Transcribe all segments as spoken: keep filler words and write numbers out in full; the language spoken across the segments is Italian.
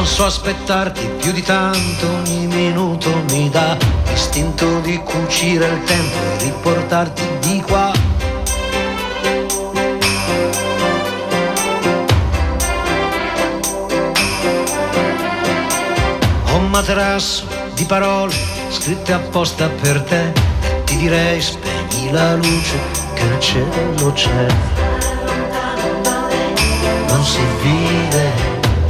Non so aspettarti più di tanto, ogni minuto mi dà l'istinto di cucire il tempo e riportarti di qua. Ho un materasso di parole scritte apposta per te e ti direi spegni la luce che nel cielo c'è. Non si vive,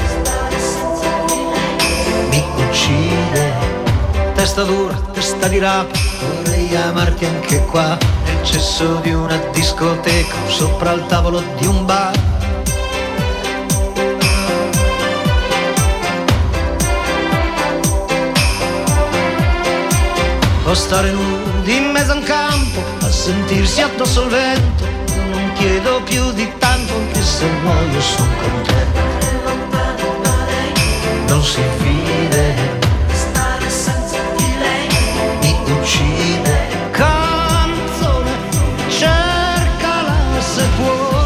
mi uccide, testa dura, testa di rapa, vorrei amarti anche qua, nel cesso di una discoteca, sopra il tavolo di un bar. O stare nudi in mezzo a un campo, a sentirsi addosso al vento, non chiedo più di tanto, anche se muoio son con te. Non si vive, stare senza di lei mi uccide. Canzone, cercala se può,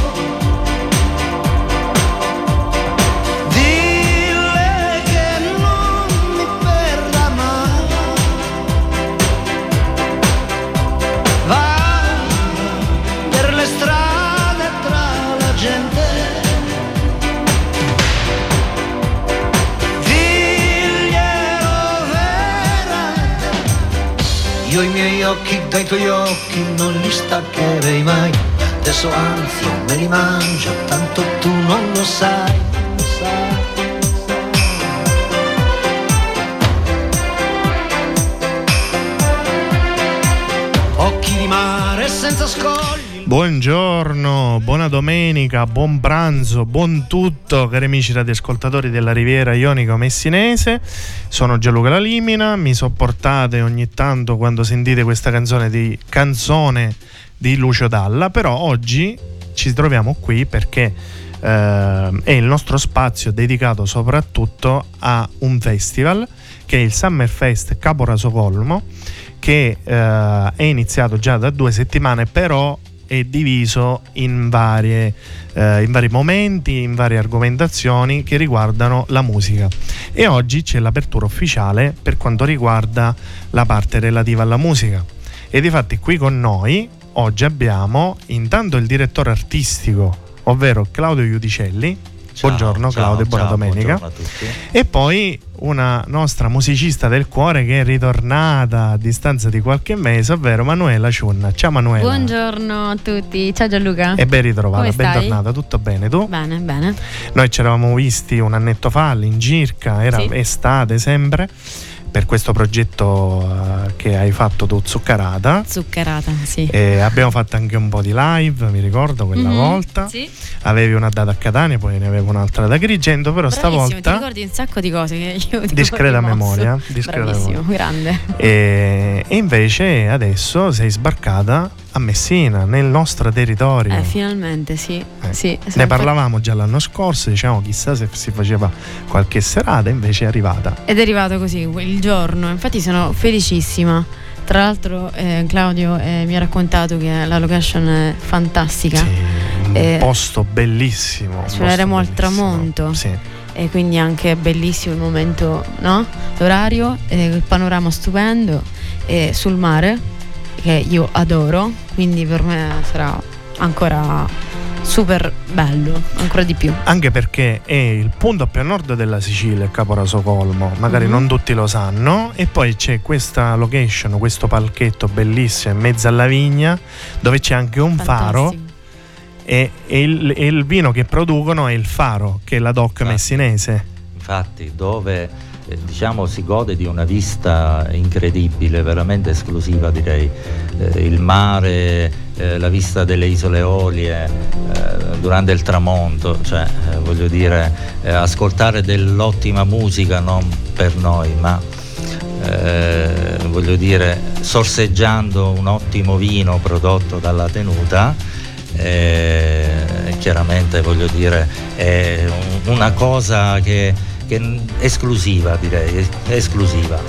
dille che non mi perda mai. Va per le strade tra la gente, io i miei occhi dai tuoi occhi non li staccherei mai. Adesso anzi me li mangio, tanto tu non lo sai, lo sai, lo sai. Occhi di mare senza scogli. Buongiorno, buona domenica, buon pranzo, buon tutto, cari amici radioascoltatori della Riviera Ionica Messinese. Sono Gianluca La Limina, mi sopportate ogni tanto quando sentite questa canzone di canzone di Lucio Dalla, però oggi ci troviamo qui perché eh, è il nostro spazio dedicato soprattutto a un festival che è il Summerfest Capo Rasocolmo, che eh, è iniziato già da due settimane, però è diviso in varie eh, in vari momenti, in varie argomentazioni che riguardano la musica, e oggi c'è l'apertura ufficiale per quanto riguarda la parte relativa alla musica. E difatti qui con noi oggi abbiamo intanto il direttore artistico, ovvero Claudio Iudicelli. Ciao, buongiorno ciao, Claudio, buona ciao, domenica. Buongiorno a tutti. E poi una nostra musicista del cuore che è ritornata a distanza di qualche mese, ovvero Manuela Ciunna. Ciao Manuela. Buongiorno a tutti, ciao Gianluca. E ben ritrovata, come stai? Bentornata, tutto bene tu? Bene, bene. Noi ci eravamo visti un annetto fa all'incirca, era sì. estate sempre, per questo progetto uh, che hai fatto tu, Zuccarata. Zuccarata, sì. E abbiamo fatto anche un po' di live, mi ricordo quella mm-hmm, volta. Sì. Avevi una data a Catania, poi ne avevo un'altra ad Agrigento, però bravissimo, stavolta ti ricordi un sacco di cose che io ti discreta memoria, discreta bravissimo, memoria. Grande. E, e invece adesso sei sbarcata a Messina, nel nostro territorio. Eh, finalmente, sì. Eh. sì Ne parlavamo già l'anno scorso, diciamo chissà se si faceva qualche serata, invece è arrivata. Ed è arrivato così il giorno, infatti sono felicissima. Tra l'altro eh, Claudio eh, mi ha raccontato che la location è fantastica. Sì, un eh, posto bellissimo. Suoneremo al tramonto. Sì. E quindi anche bellissimo il momento, no? L'orario, eh, il panorama stupendo, eh, sul mare, che io adoro, quindi per me sarà ancora super bello, ancora di più. Anche perché è il punto più a nord della Sicilia, il Capo Rasocolmo, magari mm-hmm. non tutti lo sanno, e poi c'è questa location, questo palchetto bellissimo in mezzo alla vigna, dove c'è anche un Fantastico. faro, e, e, il, e il vino che producono è il Faro, che è la D O C infatti, messinese. Infatti, dove eh, diciamo si gode di una vista incredibile, veramente esclusiva, direi. Eh, il mare, eh, la vista delle isole Eolie eh, durante il tramonto, cioè eh, voglio dire, eh, ascoltare dell'ottima musica non per noi, ma eh, voglio dire, sorseggiando un ottimo vino prodotto dalla tenuta. Eh, chiaramente voglio dire è una cosa che, che è esclusiva, direi esclusiva.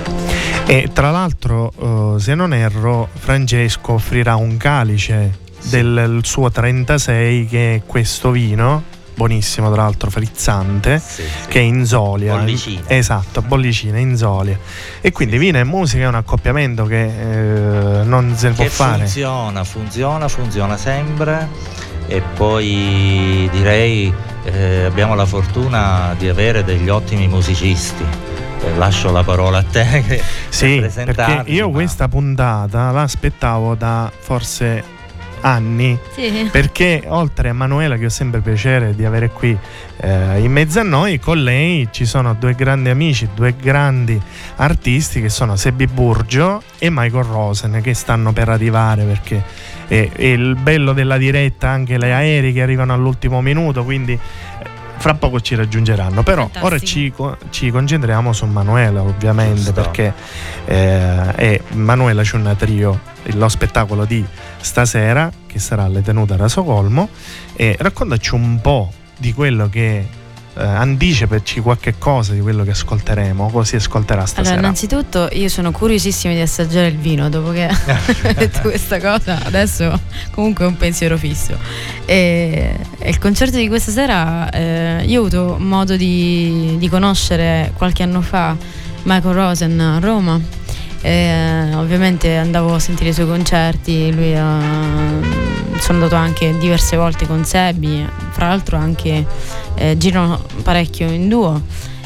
E tra l'altro uh, se non erro Francesco offrirà un calice sì. del suo trentasei, che è questo vino buonissimo tra l'altro, frizzante, sì, sì. che è in Zolia. Bollicina. Esatto, Bollicina, in Zolia. E quindi sì, vino e musica è un accoppiamento che eh, non se ne può che fare. Funziona, funziona, funziona sempre. E poi direi eh, abbiamo la fortuna di avere degli ottimi musicisti. Eh, lascio la parola a te che sì, per perché io ma... questa puntata l'aspettavo da forse anni, sì. perché oltre a Manuela, che ho sempre piacere di avere qui eh, in mezzo a noi, con lei ci sono due grandi amici, due grandi artisti che sono Sebi Burgio e Michael Rosen, che stanno per arrivare, perché è, è il bello della diretta, anche gli aerei che arrivano all'ultimo minuto, quindi fra poco ci raggiungeranno. Però Fantastico. ora ci, ci concentriamo su Manuela, ovviamente. Giusto. Perché eh, è Manuela Ciunna Trio, lo spettacolo di stasera, che sarà alle Tenute a Rasocolmo. E raccontaci un po' di quello che eh, anticipaci qualche cosa di quello che ascolteremo, cosa si ascolterà stasera. Allora, innanzitutto io sono curiosissima di assaggiare il vino, dopo che hai detto questa cosa, adesso comunque è un pensiero fisso. E, e il concerto di questa sera, eh, io ho avuto modo di, di conoscere qualche anno fa Michael Rosen a Roma. E, ovviamente andavo a sentire i suoi concerti, lui ha, sono andato anche diverse volte con Sebi, fra l'altro anche eh, girano parecchio in duo,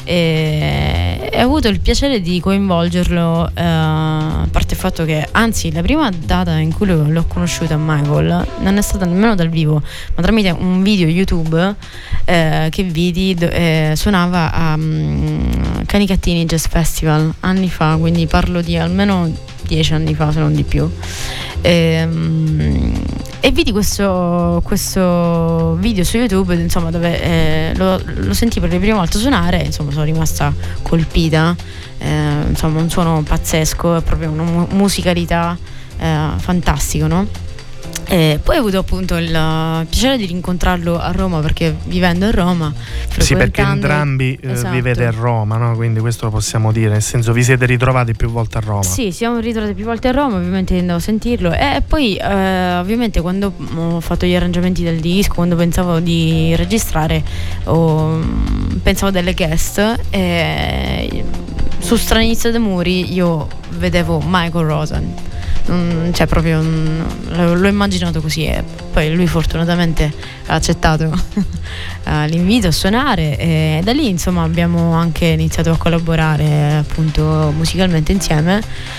e, e ho avuto il piacere di coinvolgerlo, eh, a parte il fatto che, anzi, la prima data in cui l'ho, l'ho conosciuto a Michael non è stata nemmeno dal vivo, ma tramite un video YouTube eh, che vidi, eh, suonava a um, Canicattini Jazz Festival anni fa, quindi parlo di almeno dieci anni fa, se non di più. E, um, e vidi questo, questo video su YouTube, insomma, dove eh, lo, lo sentì per le prime volte suonare, insomma sono rimasta colpita, eh, insomma un suono pazzesco, è proprio una mu- musicalità eh, fantastica, no? E poi ho avuto appunto il piacere di rincontrarlo a Roma, perché vivendo a Roma, sì, perché frequentando- entrambi eh, Esatto. vivete a Roma, no? Quindi questo lo possiamo dire, nel senso, vi siete ritrovati più volte a Roma. Sì, siamo ritrovati più volte a Roma, ovviamente andavo a sentirlo, e poi eh, ovviamente quando ho fatto gli arrangiamenti del disco, quando pensavo di registrare, oh, pensavo delle guest, e su Stranizia dei Muri io vedevo Michael Rosen. Mm, cioè proprio mm, l'ho immaginato così, e poi lui fortunatamente ha accettato uh, l'invito a suonare, e da lì insomma abbiamo anche iniziato a collaborare appunto musicalmente insieme.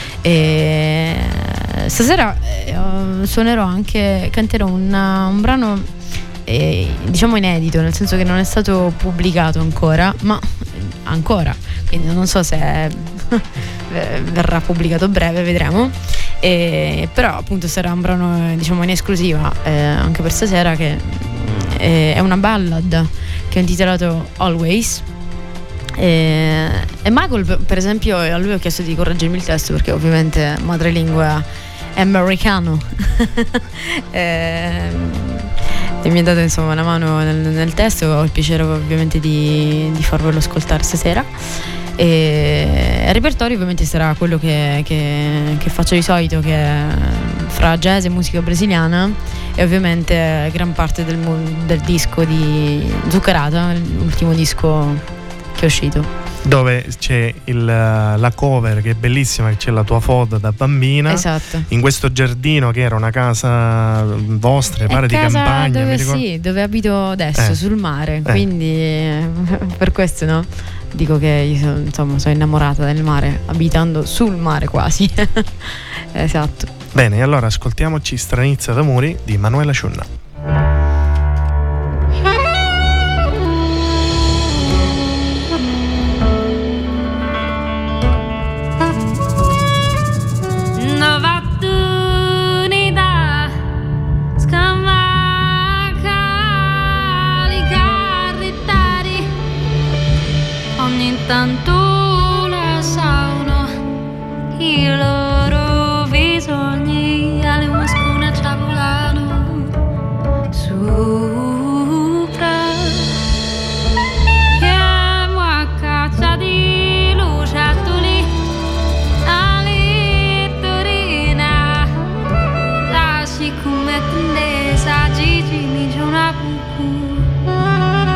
E stasera eh, suonerò anche, canterò una, un brano eh, diciamo inedito, nel senso che non è stato pubblicato ancora, ma ancora, quindi non so se verrà pubblicato a breve, vedremo. E, però appunto sarà un brano, diciamo, in esclusiva eh, anche per stasera, che eh, è una ballad che ho intitolato Always. E, e Michael, per, per esempio, a lui ho chiesto di correggermi il testo, perché ovviamente madrelingua è americano. e, e mi ha dato insomma una mano nel, nel testo. Ho il piacere ovviamente di, di farvelo ascoltare stasera. E il repertorio ovviamente sarà quello che, che, che faccio di solito, che è fra jazz e musica brasiliana, e ovviamente gran parte del, del disco di Zuccherata, l'ultimo disco che è uscito, dove c'è il, la cover che è bellissima, che c'è la tua foto da bambina. Esatto. In questo giardino che era una casa vostra, pare di casa campagna, dove, mi ricordo. sì, dove abito adesso, Eh. sul mare, Eh. quindi per questo, no, dico che io sono, insomma, sono innamorata del mare, abitando sul mare quasi. Esatto. Bene, allora ascoltiamoci Stranizia da Muri di Manuela Ciunna. Tanto la sauno i loro bisogni alle muscone ciavolano sopra, chiamo a caccia di lucertoli all'ittorina, lasci come tendesa gigi mi giù una bucu.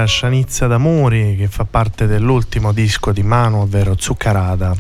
era Scianizza d'Amuri, che fa parte dell'ultimo disco di Manu, ovvero Zuccarata.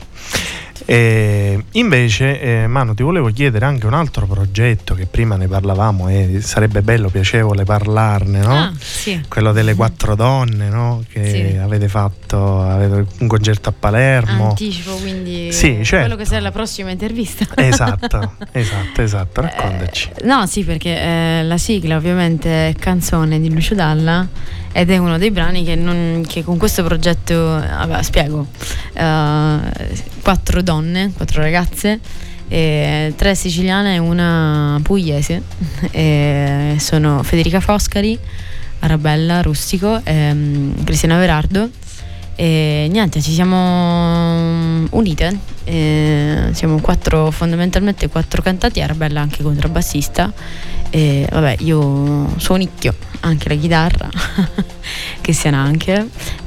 E invece eh, Manu, ti volevo chiedere anche un altro progetto che prima ne parlavamo e sarebbe bello, piacevole parlarne, no? Ah, sì. Quello delle quattro donne, no? Che Sì. avete fatto, avete un concerto a Palermo. Anticipo, quindi Sì, certo. quello che sarà la prossima intervista. Esatto, esatto, esatto, raccontaci. Eh, no, sì, perché eh, la sigla ovviamente è Canzone di Lucio Dalla ed è uno dei brani che, non, che con questo progetto, vabbè, spiego, uh, quattro donne, quattro ragazze, e tre siciliane e una pugliese, e sono Federica Foscari, Arabella Rustico e um, Cristiana Verardo. E niente, ci siamo unite, e siamo quattro, fondamentalmente quattro cantanti, Arabella anche contrabbassista, e vabbè, io suonicchio anche la chitarra che sia anche,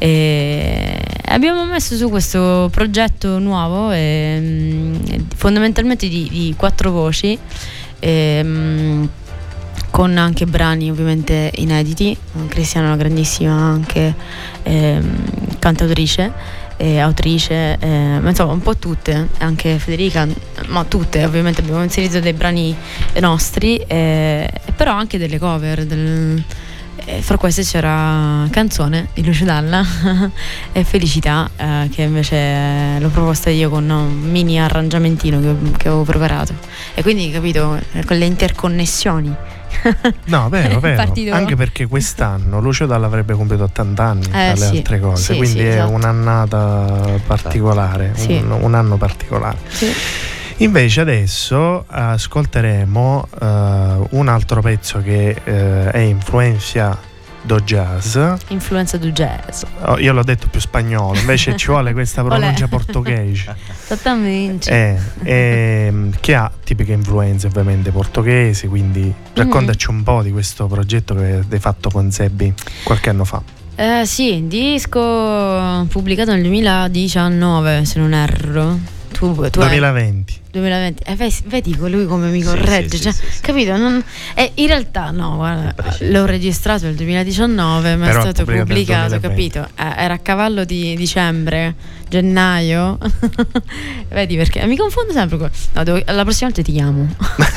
e abbiamo messo su questo progetto nuovo e, fondamentalmente di, di quattro voci, e, con anche brani ovviamente inediti. Cristiana è una grandissima anche eh, cantautrice, eh, autrice, eh, ma insomma un po' tutte, anche Federica, ma tutte ovviamente abbiamo inserito dei brani nostri, eh, però anche delle cover del, eh, fra queste c'era Canzone di Lucio Dalla e Felicità, eh, che invece l'ho proposta io con un mini arrangiamentino che, che avevo preparato, e quindi capito, con le interconnessioni. No, vero, vero. Partito. Anche perché quest'anno Lucio Dalla avrebbe compiuto ottanta anni, tra Eh, le sì. altre cose, Sì, quindi sì, è esatto. un'annata particolare, Sì. un, un anno particolare. Sì. Invece adesso ascolteremo uh, un altro pezzo che uh, è influenza do jazz. Influenza do jazz. Oh, io l'ho detto più spagnolo, invece ci vuole questa pronuncia Olè. portoghese. Esattamente. Eh, ehm, che ha tipiche influenze ovviamente portoghesi, quindi raccontaci un po' di questo progetto che avete fatto con Sebbi qualche anno fa. Eh, sì, disco pubblicato nel duemiladiciannove, se non erro. Tu, tu duemilaventi. duemilaventi. Eh, vedi, vedi lui come mi Sì, corregge, sì, cioè, sì, sì, sì. capito? Non, eh, in realtà no, guarda, preciso. l'ho registrato nel duemiladiciannove, ma Però è stato pubblicato nel pubblicato, duemilaventi. capito? Eh, era a cavallo di dicembre, gennaio. Vedi perché? Mi confondo sempre con... No, devo- la prossima volta ti chiamo.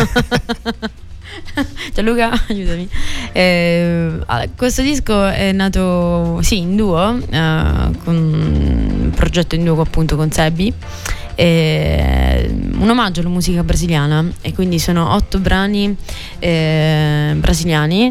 Gianluca, aiutami. Eh, allora, questo disco è nato, sì, in duo, eh, con un progetto in duo appunto con Sebbi, eh, un omaggio alla musica brasiliana, e quindi sono otto brani eh, brasiliani,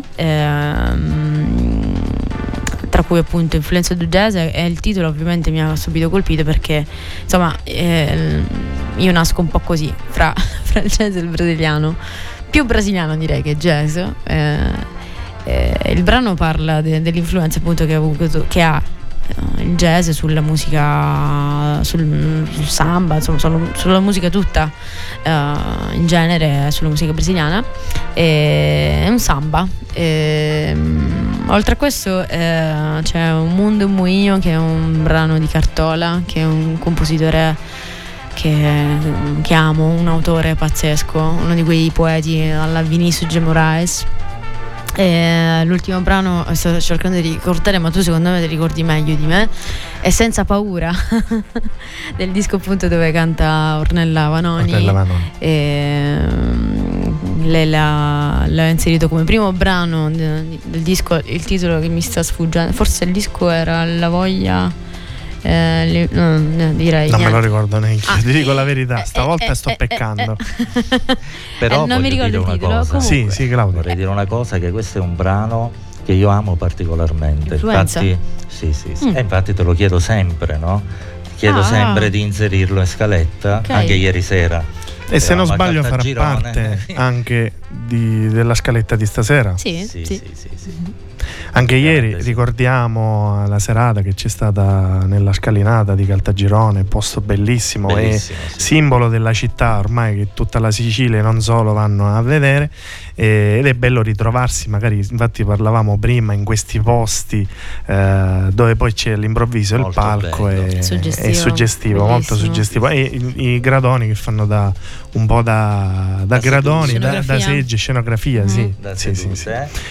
ehm, tra cui appunto Influenza do Jazz, e il titolo ovviamente mi ha subito colpito perché insomma eh, io nasco un po' così fra, fra il jazz e il brasiliano, più brasiliano direi che jazz. eh, eh, il brano parla de, dell'influenza appunto che ha avuto, che ha eh, il jazz sulla musica, sul, sul samba, insomma sulla, sulla musica tutta eh, in genere, sulla musica brasiliana. E, è un samba. E, oltre a questo eh, c'è Un Mundo e un Moinho, che è un brano di Cartola, che è un compositore che, che amo, un autore pazzesco, uno di quei poeti alla Vinicius de Moraes. E l'ultimo brano sto cercando di ricordare, ma tu secondo me ti ricordi meglio di me, è Senza Paura del disco appunto dove canta Ornella Vanoni. Ornella Vanoni. E, lei l'ha, l'ha inserito come primo brano del, del disco. Il titolo che mi sta sfuggendo, forse il disco era La Voglia. Eh, li, no, no, direi Non niente. me lo ricordo neanche, Ah, ti dico la eh, verità, eh, stavolta eh, sto eh, peccando. eh, eh. Però Eh, non mi voglio ricordo dire il una titolo, cosa. comunque. Sì, sì, Claudio. Vorrei dire una cosa, che questo è un brano che io amo particolarmente. Influenza? Infatti, sì, sì, sì. Mm. E infatti te lo chiedo sempre, no? Ti chiedo Ah. sempre di inserirlo in scaletta, Ok. anche ieri sera. E se non Eravamo a sbaglio farà Caltagirone. parte anche di- della scaletta di stasera. Sì, Sì, sì. sì, sì, sì. Anche ieri Ovviamente sì. ricordiamo la serata che c'è stata nella scalinata di Caltagirone, posto bellissimo, Bellissimo, e sì. simbolo della città ormai, che tutta la Sicilia e non solo vanno a vedere, eh, ed è bello ritrovarsi, magari infatti parlavamo prima, in questi posti eh, dove poi c'è all'improvviso il Molto palco, bello. è, Suggestivo, è suggestivo, molto bellissimo. suggestivo, e i, i gradoni che fanno da un po' da, da Da gradoni, sedute. da, da Scenografia. seggi, scenografia, Mhm. sì, Da sì, sì, sedute, sì. eh.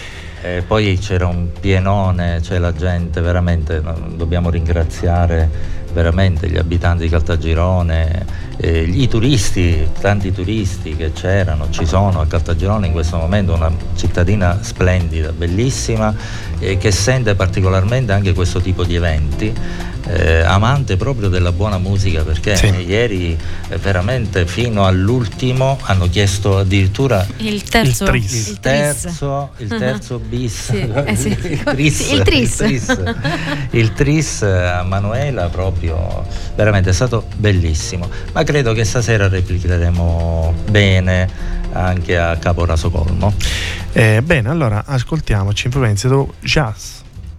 E poi c'era un pienone, c'è la gente, veramente dobbiamo ringraziare veramente gli abitanti di Caltagirone, eh, i turisti, tanti turisti che c'erano, ci sono a Caltagirone in questo momento, una cittadina splendida, bellissima, eh, che sente particolarmente anche questo tipo di eventi. Eh, amante proprio della buona musica, perché sì. ieri eh, veramente fino all'ultimo hanno chiesto addirittura il terzo il, tris. il terzo il terzo uh-huh. bis sì. Eh sì. il tris il tris, il tris, il tris a Manuela, proprio veramente è stato bellissimo, ma credo che stasera replicheremo bene anche a Capo Rasocolmo. Eh, bene, allora ascoltiamoci Influenze do Jazz.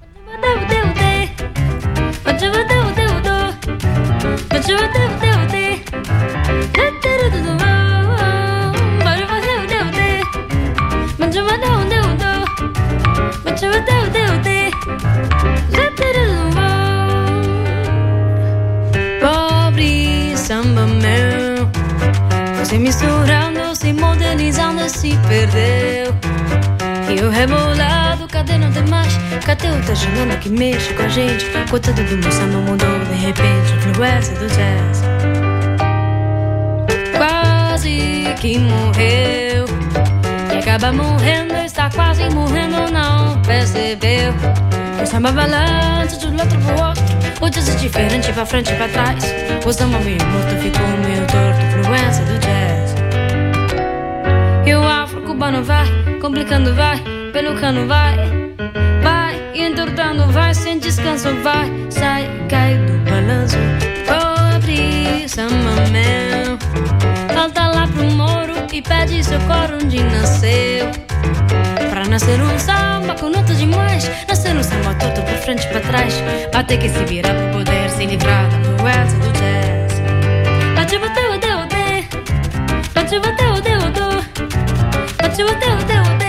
Pobre samba meu, se misturando, se modernizando, se perdeu. E o rebolado, cadê não tem mais? Cadê o tá chegando que mexe com a gente? Conta tudo, meu samba mudou de repente, influência do jazz. Quase que morreu, e acaba morrendo, está quase morrendo, não percebeu. O samba balança de um lado pro outro, o jazz é diferente, pra frente e pra trás. O samba meio morto ficou meio torto, influência do jazz. E o afro-cubano vai, complicando vai, pelucando vai, vai, entortando vai, sem descanso vai, sai, cai do balanço. Pobre samba meu, volta lá pro moro e pede socorro onde nasceu. Pra nascer um samba com nota demais, nascer um samba todo pra frente e pra trás, vai ter que se virar pra poder se livrar da influência do jazz. Bate, bate, bate, bate, bate, bate, bate, bate, bate, bate, bate.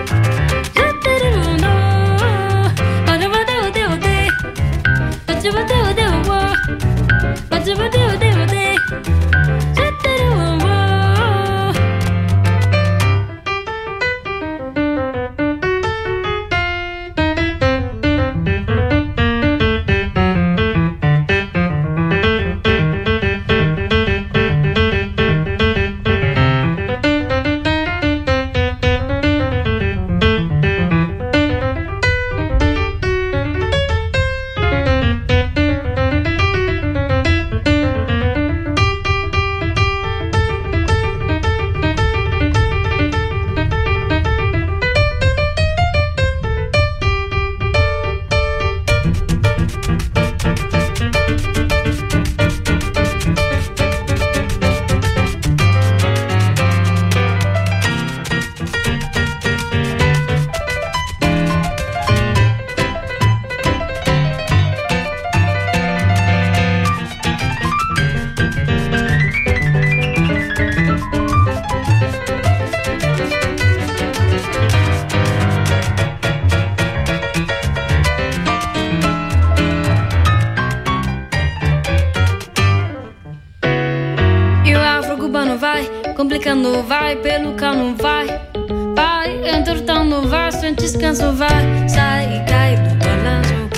Complicando vai, pelucando vai, vai, entortando vai, sem descanso vai, sai e cai do balanço.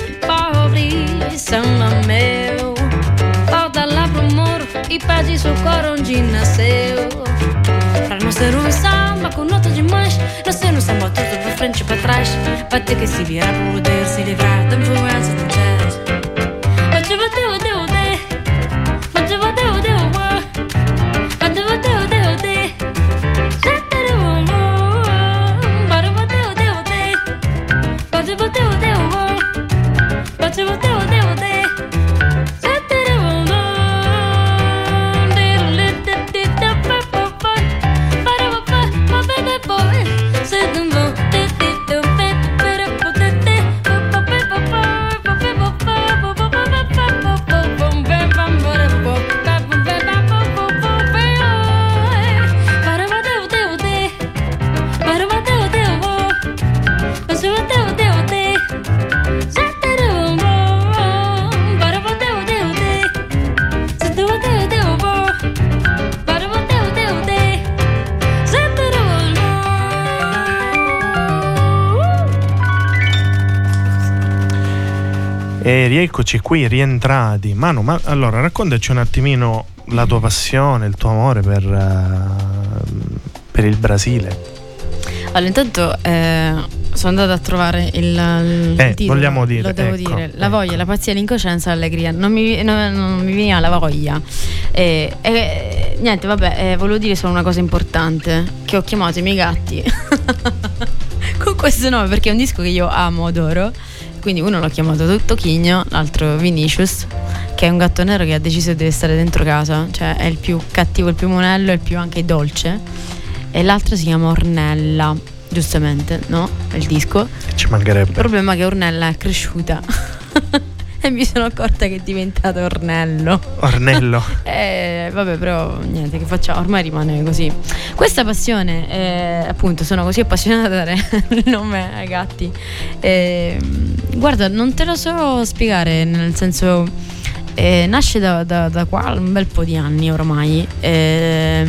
Pobre samba meu, volta lá pro moro e pede socorro onde nasceu. Pra não ser um samba com nota demais, nascer um samba todo pra frente e pra trás, vai ter que se virar pra poder se livrar da influência do jazz. Bate, bate, bate, bate, bate, bate, bate. Boy, E rieccoci qui, rientrati. Manu, ma allora raccontaci un attimino la tua passione, il tuo amore per, uh, per il Brasile. Allora, intanto eh, sono andata a trovare il, il eh, titolo, vogliamo dire, lo devo ecco, dire, la ecco. voglia, la pazzia, l'incoscienza, l'allegria. Non mi, no, non mi veniva la voglia. E, e niente, vabbè, eh, volevo dire solo una cosa importante, che ho chiamato i miei gatti con questo nome, perché è un disco che io amo, adoro. Quindi uno l'ho chiamato Tocchigno, l'altro Vinicius, che è un gatto nero che ha deciso di deve stare dentro casa, cioè è il più cattivo, il più monello, il più anche dolce. E l'altro si chiama Ornella, giustamente, no? Il disco. Ci mancherebbe. Il problema è che Ornella è cresciuta e mi sono accorta che è diventato Ornello. Ornello. Eh, vabbè, però niente, che facciamo, ormai rimane così. Questa passione, eh, appunto, sono così appassionata da dare il nome ai gatti. Eh, guarda, non te lo so spiegare, nel senso, eh, nasce da, da, da qua un bel po' di anni ormai. Eh,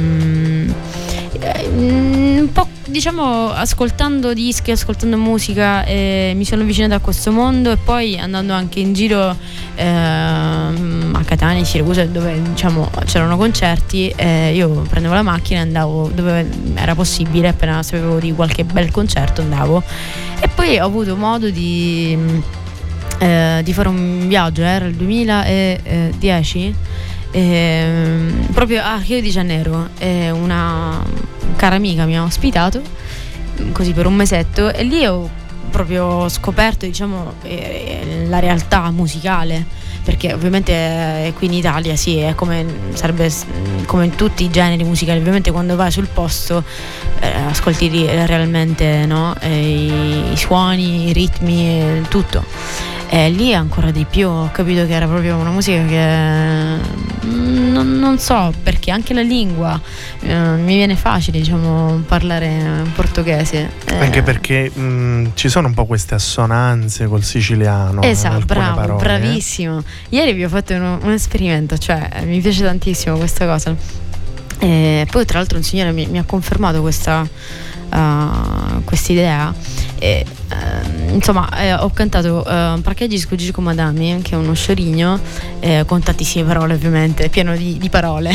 un po', diciamo, ascoltando dischi, ascoltando musica, eh, mi sono avvicinata a questo mondo, e poi andando anche in giro eh, a Catania, Siracusa, dove diciamo c'erano concerti, eh, io prendevo la macchina e andavo dove era possibile, appena sapevo di qualche bel concerto andavo. E poi ho avuto modo di, eh, di fare un viaggio, era il duemiladieci, eh, proprio a Rio de Janeiro, eh, una cara amica mi ha ospitato così per un mesetto, e lì ho proprio scoperto, diciamo, eh, la realtà musicale, perché ovviamente eh, qui in Italia sì, è come sarebbe come in tutti i generi musicali, ovviamente quando vai sul posto eh, ascolti lì, realmente, no? eh, i, i suoni, i ritmi, eh, tutto. E lì ancora di più ho capito che era proprio una musica che non, non so perché, anche la lingua eh, mi viene facile, diciamo, parlare portoghese, eh. Anche perché mh, ci sono un po' queste assonanze col siciliano. Esatto, bravo, parole, bravissimo. Eh? Ieri vi ho fatto un, un esperimento, cioè mi piace tantissimo questa cosa. E poi tra l'altro un signore mi, mi ha confermato questa Uh, quest'idea, e uh, insomma eh, ho cantato uh, Parcheggi Scugi con Madami, che è uno sciorigno eh, con tantissime parole, ovviamente pieno di, di parole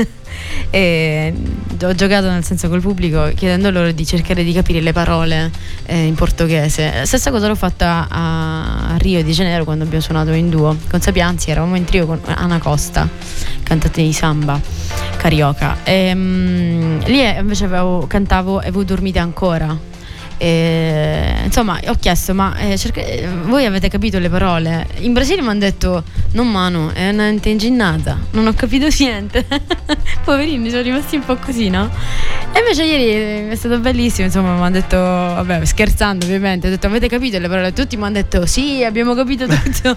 e ho giocato, nel senso, col pubblico, chiedendo loro di cercare di capire le parole eh, in portoghese. Stessa cosa l'ho fatta a, a Rio de Janeiro, quando abbiamo suonato in duo con Sapianzi, eravamo in trio con Ana Costa, cantante di samba carioca, e, um, lì invece avevo, cantavo E voi dormite ancora. E, insomma, ho chiesto, ma eh, cerca, voi avete capito le parole? In Brasile mi hanno detto non mano, è una inginnata, non ho capito niente. Poverini, sono rimasti un po' così, no? E invece ieri è stato bellissimo, insomma, mi hanno detto, vabbè, scherzando ovviamente, ho detto avete capito le parole? Tutti mi hanno detto sì, abbiamo capito tutto.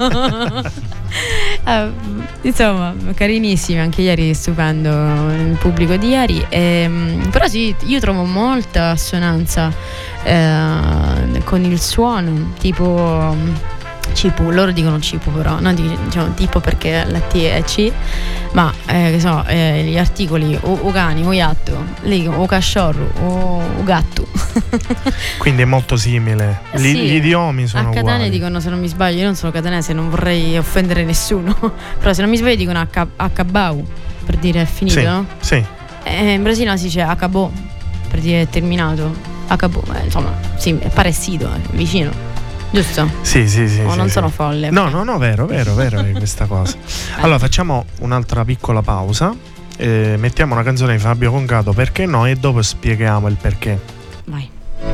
uh, insomma, carinissimi, anche ieri stupendo il pubblico di ieri, e, però sì, io trovo molta assonanza Eh, con il suono, tipo cipu, loro dicono cipu, però no, diciamo tipo, perché la T è C, ma eh, che so, eh, gli articoli o, o cani, o gatto, lì, o cachorro, o, o gatto. Quindi è molto simile. Gli, sì, gli idiomi sono a Catania uguali. dicono, se non mi sbaglio, io non sono catanese, non vorrei offendere nessuno, però se non mi sbaglio dicono acabau, per dire è finito, sì, no? Sì. E in Brasile si dice acabò, per dire è terminato. Acabò, eh, insomma, sì, è parecido, è vicino, giusto? Sì, sì, sì. O sì, non sì. sono folle? No, no, no, vero, vero, vero è questa cosa. Allora facciamo un'altra piccola pausa, eh, mettiamo una canzone di Fabio Concato, Perché no, e dopo spieghiamo il perché. Vai.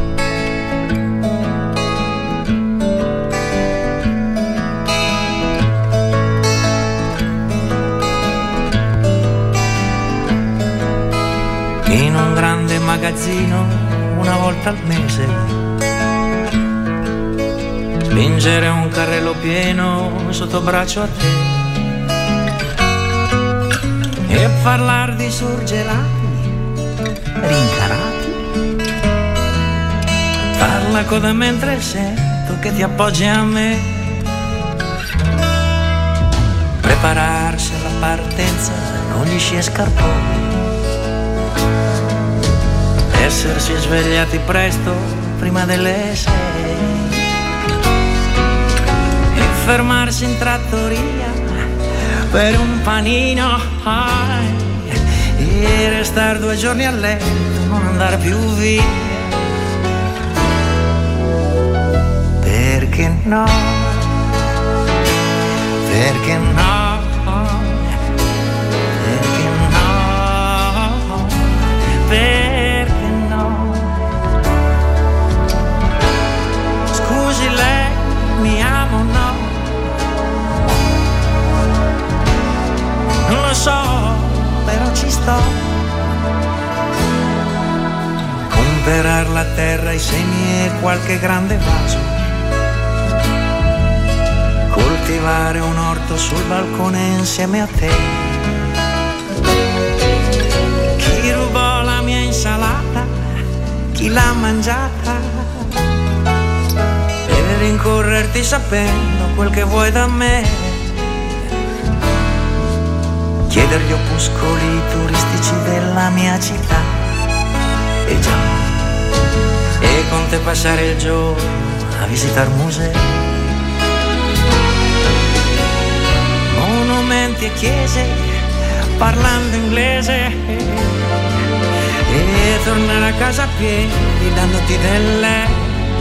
In un grande magazzino una volta al mese, spingere un carrello pieno sotto braccio a te e parlar di surgelati rincarati, far la coda mentre sento che ti appoggi a me, prepararsi alla partenza con gli sci e scarponi, essersi svegliati presto prima delle sei e fermarsi in trattoria per un panino e restare due giorni a letto, non andare più via. Perché no? Perché no? Perché no? Perché no? Scusi, lei mi ama o no? Non lo so, però ci sto. Comperar la terra, i semi e qualche grande vaso, coltivare un orto sul balcone insieme a te. Chi rubò la mia insalata, chi l'ha mangiata, e rincorrerti sapendo quel che vuoi da me. Chiedere gli opuscoli turistici della mia città, e già, e con te passare il giorno a visitare musei, monumenti e chiese, parlando inglese, e tornare a casa a piedi dandoti del lei.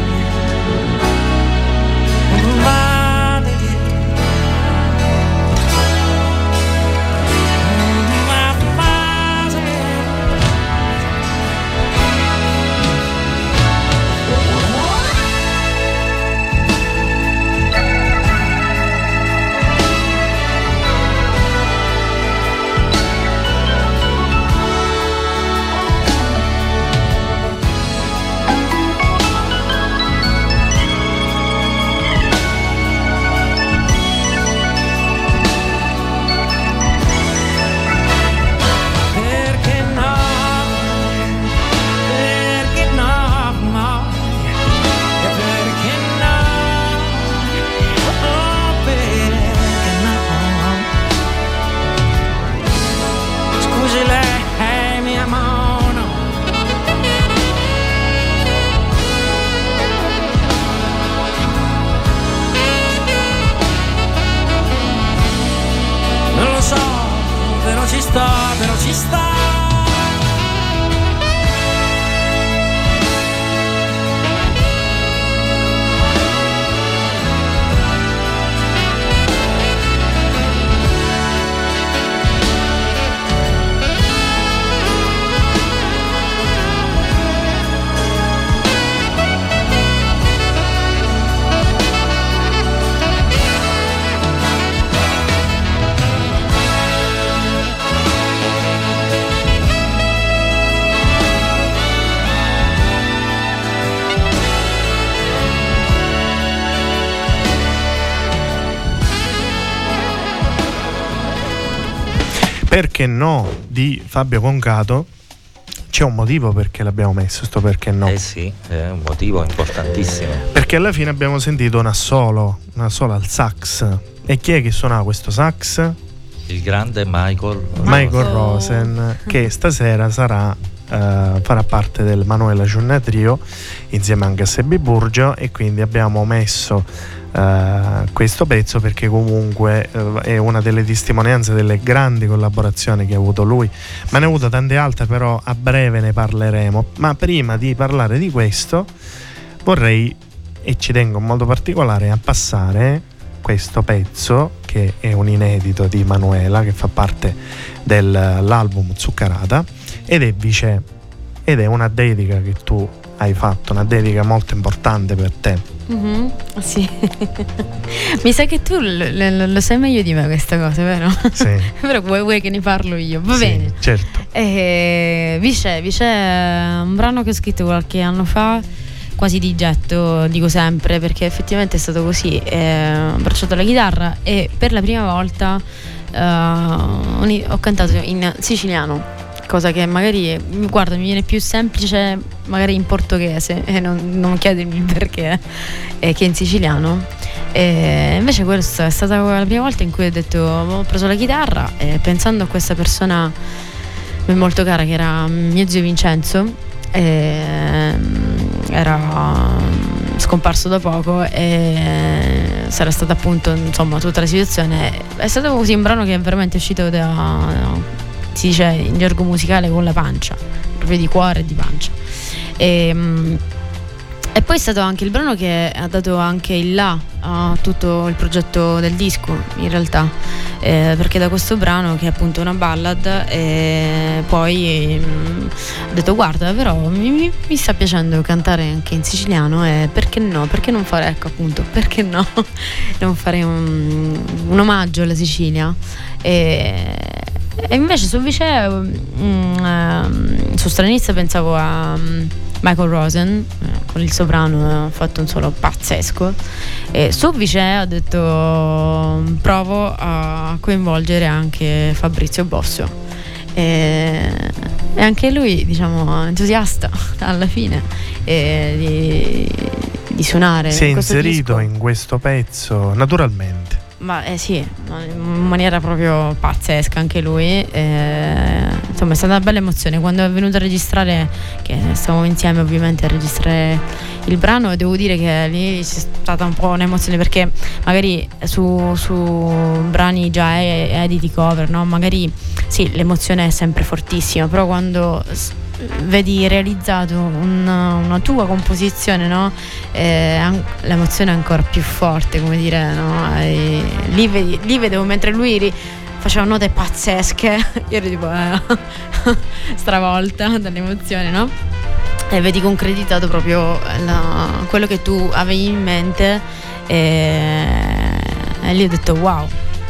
Perché no di Fabio Concato. C'è un motivo perché l'abbiamo messo sto perché no. Eh sì, è un motivo importantissimo. Perché alla fine abbiamo sentito un assolo, un assolo al sax. E chi è che suonava questo sax? Il grande Michael Michael Rosen, Rosen, che stasera sarà uh, farà parte del Manuela Giunna Trio insieme anche a Sebbi Burgio, e quindi abbiamo messo uh, questo pezzo perché comunque uh, è una delle testimonianze delle grandi collaborazioni che ha avuto lui, ma ne ha avuto tante altre, però a breve ne parleremo. Ma prima di parlare di questo vorrei, e ci tengo in modo particolare a passare questo pezzo che è un inedito di Manuela, che fa parte dell'album Zuccarata, ed è vice ed è una dedica che tu hai fatto, una dedica molto importante per te. Mm-hmm, sì. Mi sa che tu lo, lo, lo sai meglio di me questa cosa, vero? Sì. Però vuoi, vuoi che ne parlo io? Va sì, bene. Certo. Eh, Vice, Vice è un brano che ho scritto qualche anno fa, quasi di getto, dico sempre, perché effettivamente è stato così. Eh, ho abbracciato la chitarra e per la prima volta eh, ho cantato in siciliano, cosa che magari, guarda, mi viene più semplice magari in portoghese, e non, non chiedermi il perché, eh, che in siciliano. E invece questa è stata la prima volta in cui ho detto, ho preso la chitarra e pensando a questa persona molto cara che era mio zio Vincenzo. E era scomparso da poco, e sarà stata appunto insomma tutta la situazione. È stato così un brano che è veramente uscito da, si dice in gergo musicale, con la pancia, proprio di cuore e di pancia. E, e poi è stato anche il brano che ha dato anche il là a tutto il progetto del disco, in realtà, eh, perché da questo brano, che è appunto una ballad, eh, poi mh, ho detto guarda, però mi, mi, mi sta piacendo cantare anche in siciliano, e perché no, perché non fare, ecco appunto, perché no non fare un, un omaggio alla Sicilia. E, e invece su Vice, mh, su Stranizza, pensavo a um, Michael Rosen, eh, con il soprano ha fatto un solo pazzesco, e su Vice ho detto provo a coinvolgere anche Fabrizio Bosso, e, e anche lui, diciamo, entusiasta alla fine, e di, di suonare. Si è questo inserito disco. in questo pezzo naturalmente. Ma eh sì, in maniera proprio pazzesca anche lui, eh, insomma è stata una bella emozione quando è venuto a registrare, che stavamo insieme ovviamente a registrare il brano, e devo dire che lì c'è stata un po' un'emozione, perché magari su, su brani già editi, cover, no? Magari sì, l'emozione è sempre fortissima, però quando vedi realizzato una, una tua composizione, no? Eh, an- l'emozione è ancora più forte, come dire, no? E lì, vedi, lì vedevo, mentre lui ri- faceva note pazzesche, io ero tipo eh, stravolta dall'emozione, no? E vedi concretizzato proprio la, quello che tu avevi in mente, e, e lì ho detto wow,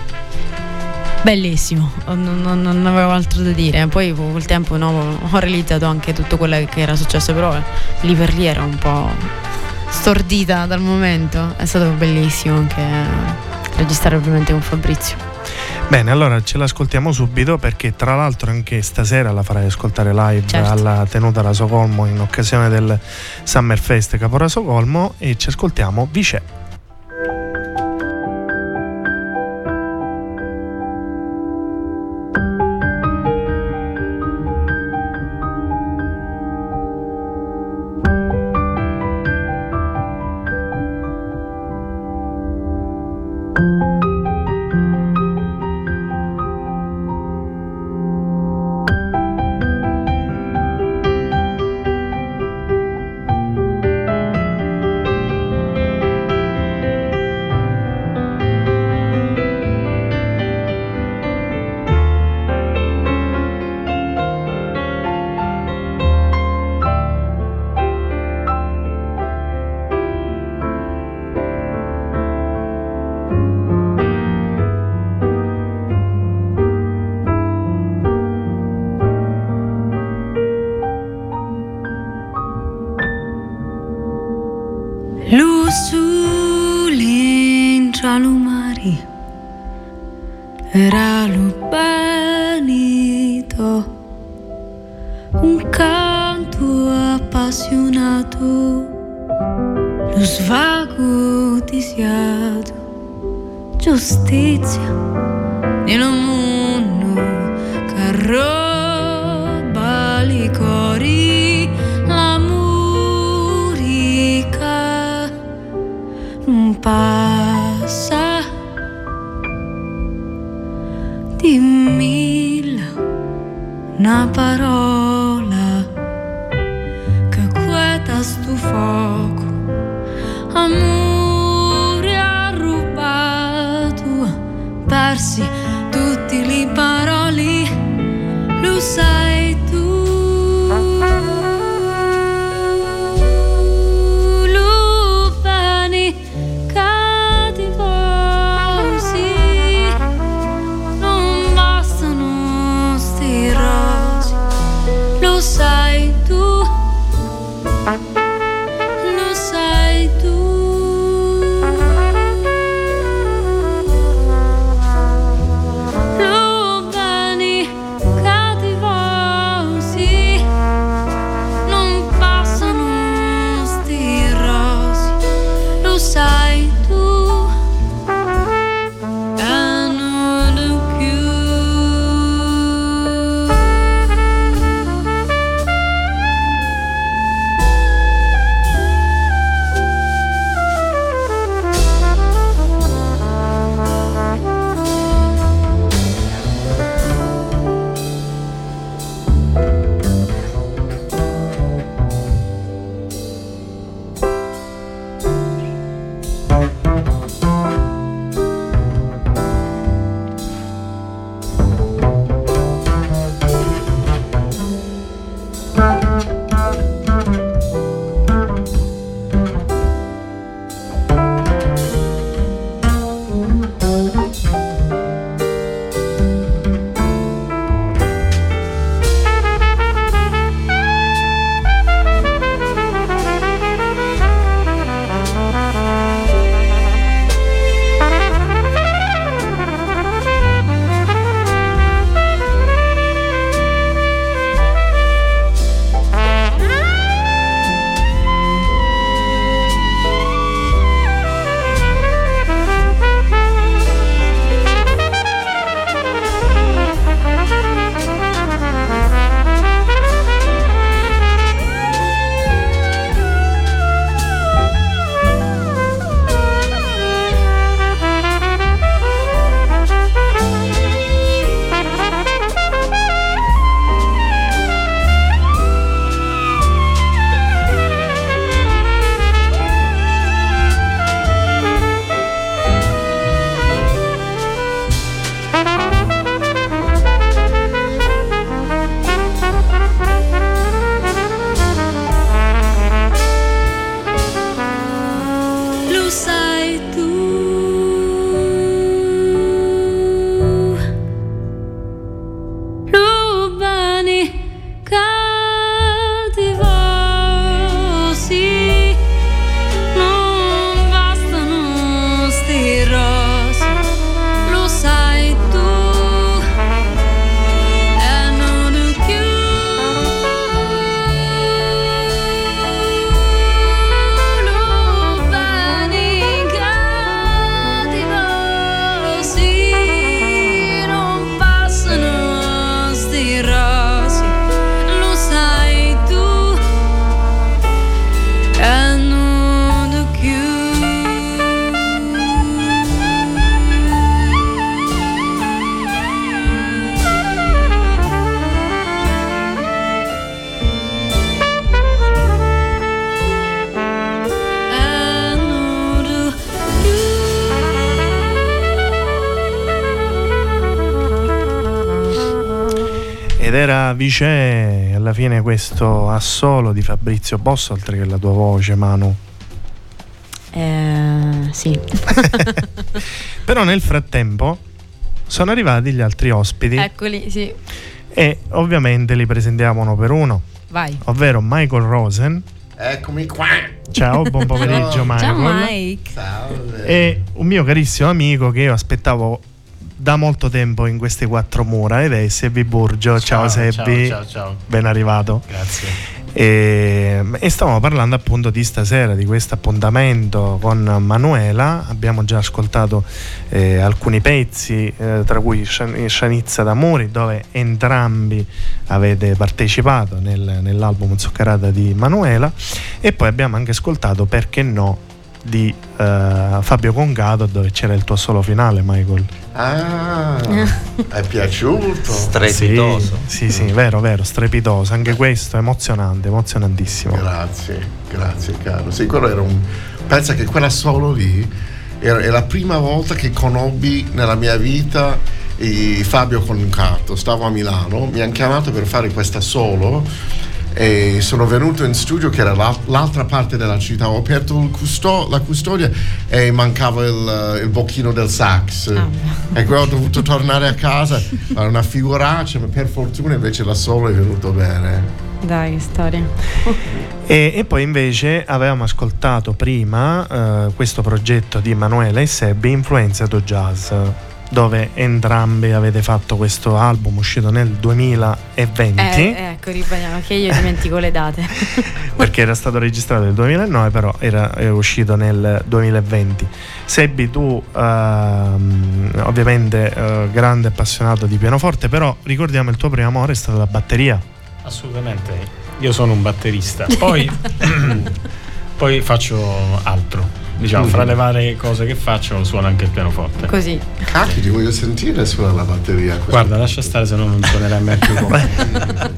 bellissimo, non, non, non avevo altro da dire. Poi col tempo, no, ho realizzato anche tutto quello che era successo, però lì per lì ero un po' stordita dal momento. È stato bellissimo anche registrare ovviamente con Fabrizio. Bene, allora ce l'ascoltiamo subito, perché tra l'altro anche stasera la farai ascoltare live, certo, alla tenuta Rasocolmo in occasione del Summerfest Capo Rasocolmo, e ci ascoltiamo Vice. Lumari era l'ubanito, un canto appassionato, lo svago disiato, giustizia nel mondo che roba i cori, la musica non passa di mille una parola che queta sto fuoco, amore ha rubato, persi tutti li paroli, lo sai tu. Lo sai tu, lo sai tu. Lo beni cattivosi, non passano sti rosi. Lo sai tu. Ed era Vicè, alla fine questo assolo di Fabrizio Bossi, oltre che la tua voce, Manu. Eh, sì. Però nel frattempo sono arrivati gli altri ospiti. Eccoli, sì. E ovviamente li presentiamo uno per uno. Vai. Ovvero Michael Rosen. Eccomi qua. Ciao, buon pomeriggio Michael. Ciao Mike. Salve. E un mio carissimo amico che io aspettavo da molto tempo in queste quattro mura ed è Sebbi Burgio. Ciao, ciao Sebbi. Ciao, ciao, ciao. Ben arrivato. Grazie. E, e stavamo parlando appunto di stasera, di questo appuntamento con Manuela. Abbiamo già ascoltato eh, alcuni pezzi, eh, tra cui Scianizza d'Amuri, dove entrambi avete partecipato nel, nell'album Zuccherata di Manuela, e poi abbiamo anche ascoltato Perché no di uh, Fabio Concato, dove c'era il tuo solo finale, Michael. Ah, è piaciuto? Strepitoso. Sì, sì, sì, vero, vero, strepitoso. Anche questo emozionante, emozionantissimo. Grazie, grazie caro. Sì, quello era un... Pensa che quella solo lì era, è la prima volta che conobbi nella mia vita eh, Fabio Concato. Stavo a Milano, mi hanno chiamato per fare questa solo e sono venuto in studio, che era l'altra parte della città. Ho aperto il custo- la custodia e mancava il, il bocchino del sax. Ah. E poi ho dovuto tornare a casa, era una figuraccia, ma per fortuna invece la solo è venuto bene. Dai, che storia. E, e poi invece avevamo ascoltato prima eh, questo progetto di Manuela e Sebbi, Influenzato Jazz, dove entrambi avete fatto questo album uscito nel duemilaventi. Eh, ecco, ribadiamo che io dimentico le date. Perché era stato registrato nel duemilanove, però era, era uscito nel duemilaventi. Sebbi, tu ehm, ovviamente eh, grande appassionato di pianoforte, però ricordiamo il tuo primo amore è stata la batteria. Assolutamente, io sono un batterista. Poi, poi faccio altro. Diciamo, fra le varie cose che faccio, suono anche il pianoforte. Così. Cacchio, ti voglio sentire suonare la batteria. Guarda, lascia stare, se no non suonerai mai più con me.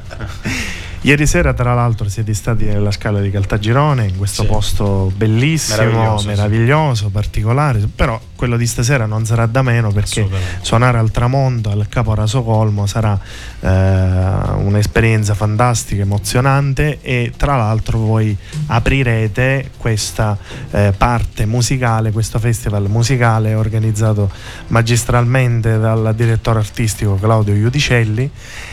Ieri sera, tra l'altro, siete stati nella Scala di Caltagirone, in questo sì. posto bellissimo, meraviglioso, meraviglioso sì. particolare, però quello di stasera non sarà da meno, perché suonare al tramonto al Capo Rasocolmo sarà eh, un'esperienza fantastica, emozionante, e tra l'altro voi aprirete questa eh, parte musicale, questo festival musicale organizzato magistralmente dal direttore artistico Claudio Iudicelli,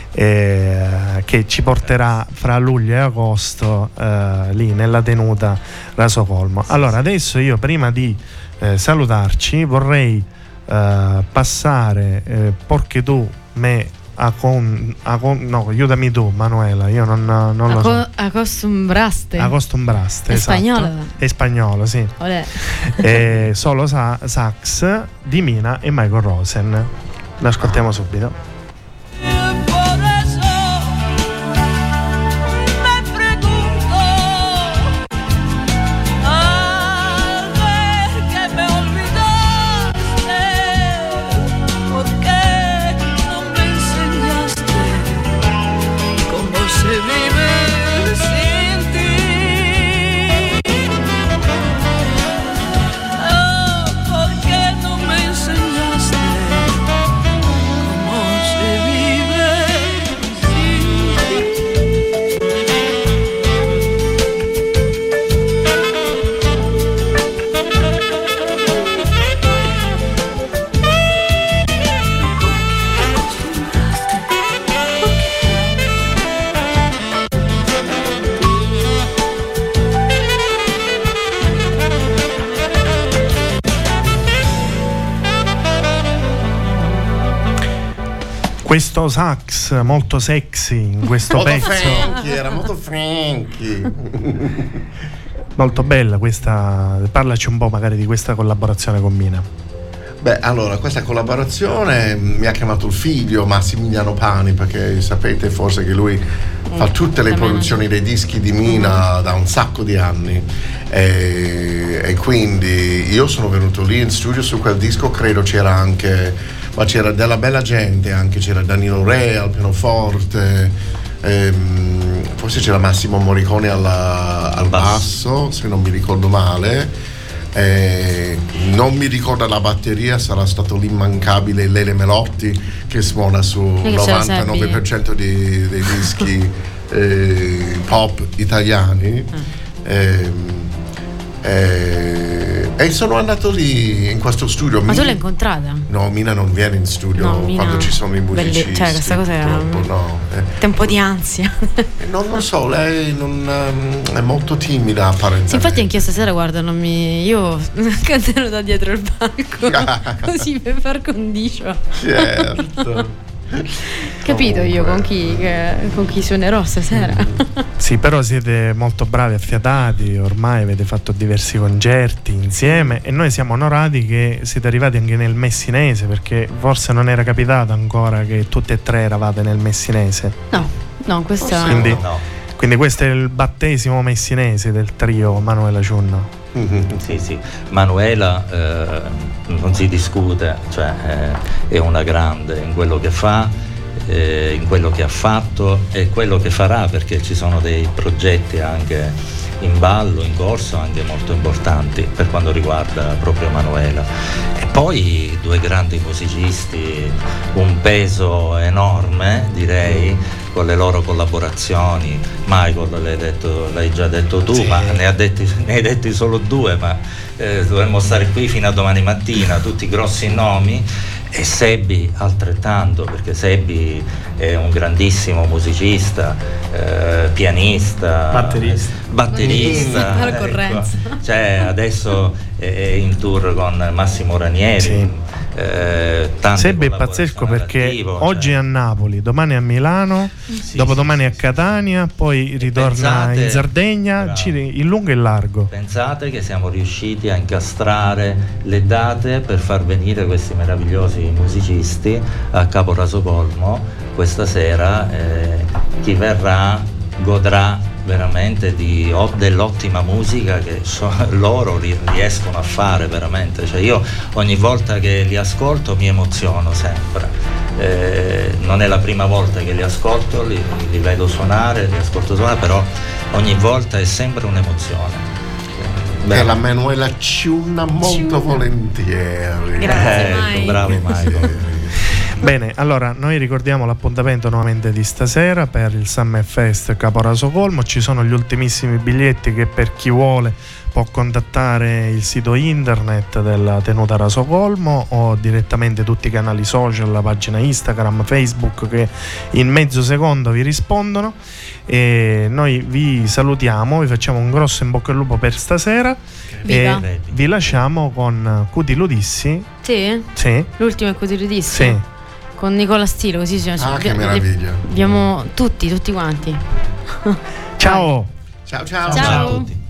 Eh, che ci porterà fra luglio e agosto eh, lì nella tenuta Rasocolmo. Allora adesso io, prima di eh, salutarci, vorrei eh, passare eh, Porque tu me a con, a con, no, aiutami tu Manuela, io non, non lo Aco- so. Acostumbraste. Acostumbraste, È esatto. spagnolo? È spagnolo, sì. Olè. eh, Solo sa- sax di Mina e Michael Rosen. L'ascoltiamo subito. Questo sax molto sexy in questo molto pezzo. Franky, era molto Franky. Molto bella questa. Parlaci un po' magari di questa collaborazione con Mina. Beh, allora, questa collaborazione mi ha chiamato il figlio Massimiliano Pani, perché sapete forse che lui mm, fa tutte le produzioni dei dischi di Mina mm. da un sacco di anni, e, e quindi io sono venuto lì in studio su quel disco. Credo c'era anche, ma c'era della bella gente, anche c'era Danilo Re al pianoforte, ehm, forse c'era Massimo Morricone alla, al basso, se non mi ricordo male. Eh, non mi ricordo la batteria, sarà stato l'immancabile Lele Melotti che suona su novantanove per cento di, dei dischi eh, pop italiani. eh, eh, e sono andato lì in questo studio. Ma tu l'hai incontrata? No, Mina non viene in studio no, quando ci sono i musicisti. Belli, cioè questa cosa è un no. eh. un po' di ansia. Non lo so, lei non, um, è molto timida apparentemente. Sì, infatti anch'io stasera guarda, non mi, io canterò da dietro il palco così per far condicio. Certo. Capito comunque. Io con chi, che, con chi suonerò stasera. Sì, però siete molto bravi, affiatati, ormai avete fatto diversi concerti insieme e noi siamo onorati che siete arrivati anche nel Messinese, perché forse non era capitato ancora che tutte e tre eravate nel Messinese. No, no, questo oh, quindi, no. quindi questo è il battesimo messinese del trio Manuela Ciunno. Mm-hmm. Sì, sì, Manuela eh, non si discute, cioè eh, è una grande in quello che fa, eh, in quello che ha fatto e quello che farà, perché ci sono dei progetti anche in ballo, in corso, anche molto importanti per quanto riguarda proprio Manuela. E poi due grandi musicisti, un peso enorme direi, con le loro collaborazioni. Michael l'hai, detto, l'hai già detto tu, sì. ma ne, ha detti, ne hai detti solo due, ma eh, dovremmo stare qui fino a domani mattina, tutti grossi nomi. E Sebbi altrettanto, perché Sebbi è un grandissimo musicista, eh, pianista, batterista, batterista alla correnza. Ecco. Cioè adesso è in tour con Massimo Ranieri. Sì. Eh, Sebbi è pazzesco perché attivo, oggi cioè. è a Napoli, domani è a Milano, sì, dopodomani sì, è a Catania, poi ritorna pensate, in Sardegna, giri in lungo e in largo. Pensate che siamo riusciti a incastrare le date per far venire questi meravigliosi musicisti a Capo Rasocolmo questa sera. Eh, chi verrà godrà veramente di, oh, dell'ottima musica che so, loro ri, riescono a fare veramente. Cioè io ogni volta che li ascolto mi emoziono sempre. Eh, non è la prima volta che li ascolto, li, li vedo suonare, li ascolto suonare, però ogni volta è sempre un'emozione. E la Manuela Ciunna molto Ciunna. volentieri. Grazie, ecco, Mike. bravo Michael. Bene, allora noi ricordiamo l'appuntamento nuovamente di stasera per il Summer Fest Capo Rasocolmo. Ci sono gli ultimissimi biglietti che per chi vuole può contattare il sito internet della Tenuta Rasocolmo o direttamente tutti i canali social, la pagina Instagram, Facebook, che in mezzo secondo vi rispondono. E noi vi salutiamo, vi facciamo un grosso in bocca al lupo per stasera. Viva. E vi lasciamo con Cuti Ludissi. Sì? Sì. L'ultimo è Cuti Ludissi? Sì. Con Nicola Stilo, così si chiama. Ah, che meraviglia. Abbiamo tutti, tutti quanti. Ciao. Ciao, ciao. Ciao. Ciao a tutti.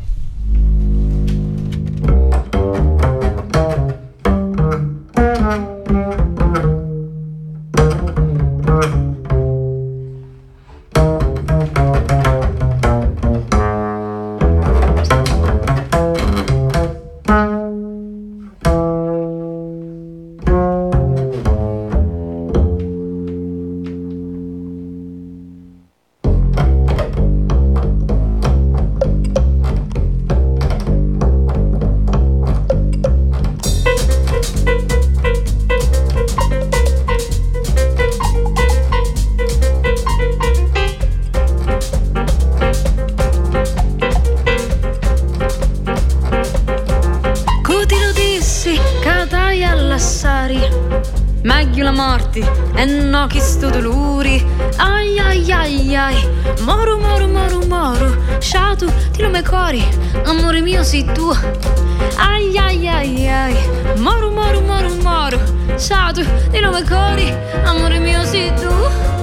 Meglio la morte e no chi sto dolori. Ai ai ai ai, moro moro moro moro, sciatu ti lo me cori, amore mio sei tu. Ai ai ai ai, moro moro moro moro, sciatu ti lo me cori, amore mio sei tu.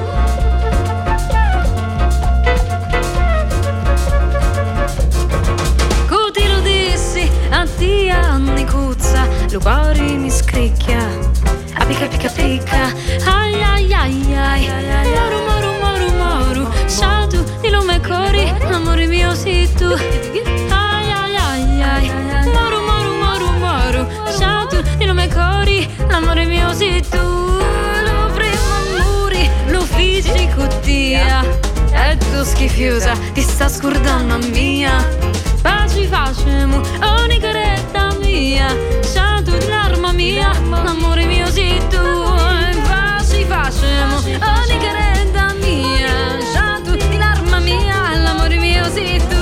Cuti lo dissi a te anni cuzza, lo cuore mi scricchia. A picca picca picca, ai ai ai ai, moru moru moru moru, sciatu di lo me cori, amore mio sei tu. Ai ai ai ai, moru moru moru moru, sciatu di lo me cori, amore mio sei tu. Lo prima muri, lo feci cottia, e tu schifiosa ti sta scordando a mia. Paci facemu, ogni caretta mia. mia, sa tu l'arma mia, l'amore mio sei tu, facci facciamo, ogni carenda mia, sa tu l'arma mia, l'amore mio sei tu.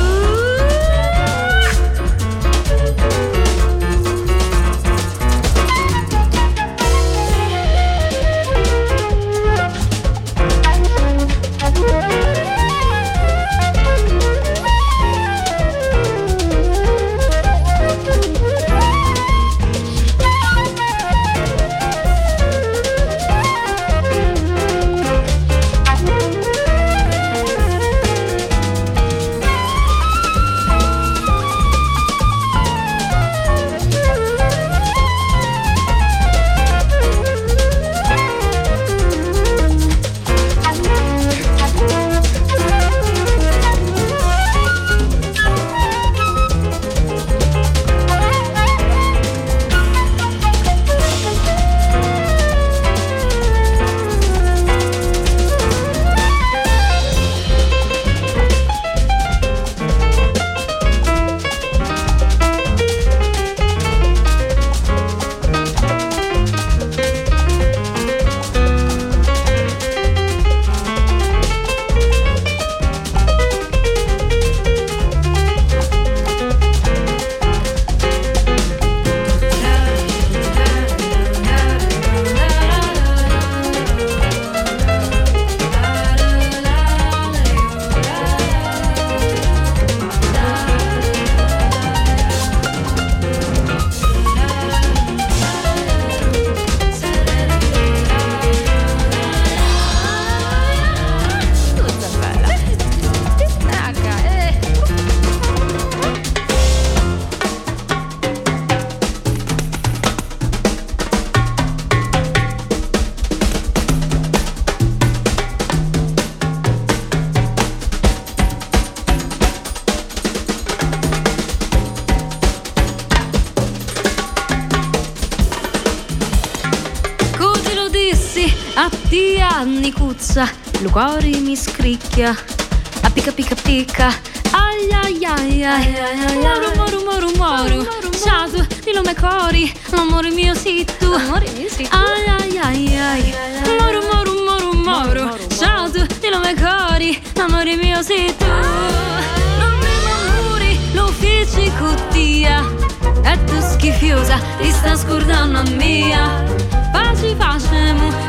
Anni cuzza, il cuore mi scricchia, a picca picca picca, ai ai ai ai ai, moru moru moru moru, ciao tu, dillo me cori, l'amore mio sei tu, l'amore mio sei tu, ai ai ai ai, moru moru moru moru, ciao tu, dillo me cori, l'amore mio sei tu, non mi muri, l'ufficio cottia, e tu schifiosa, ti sta scordando a mia, facci facciamo.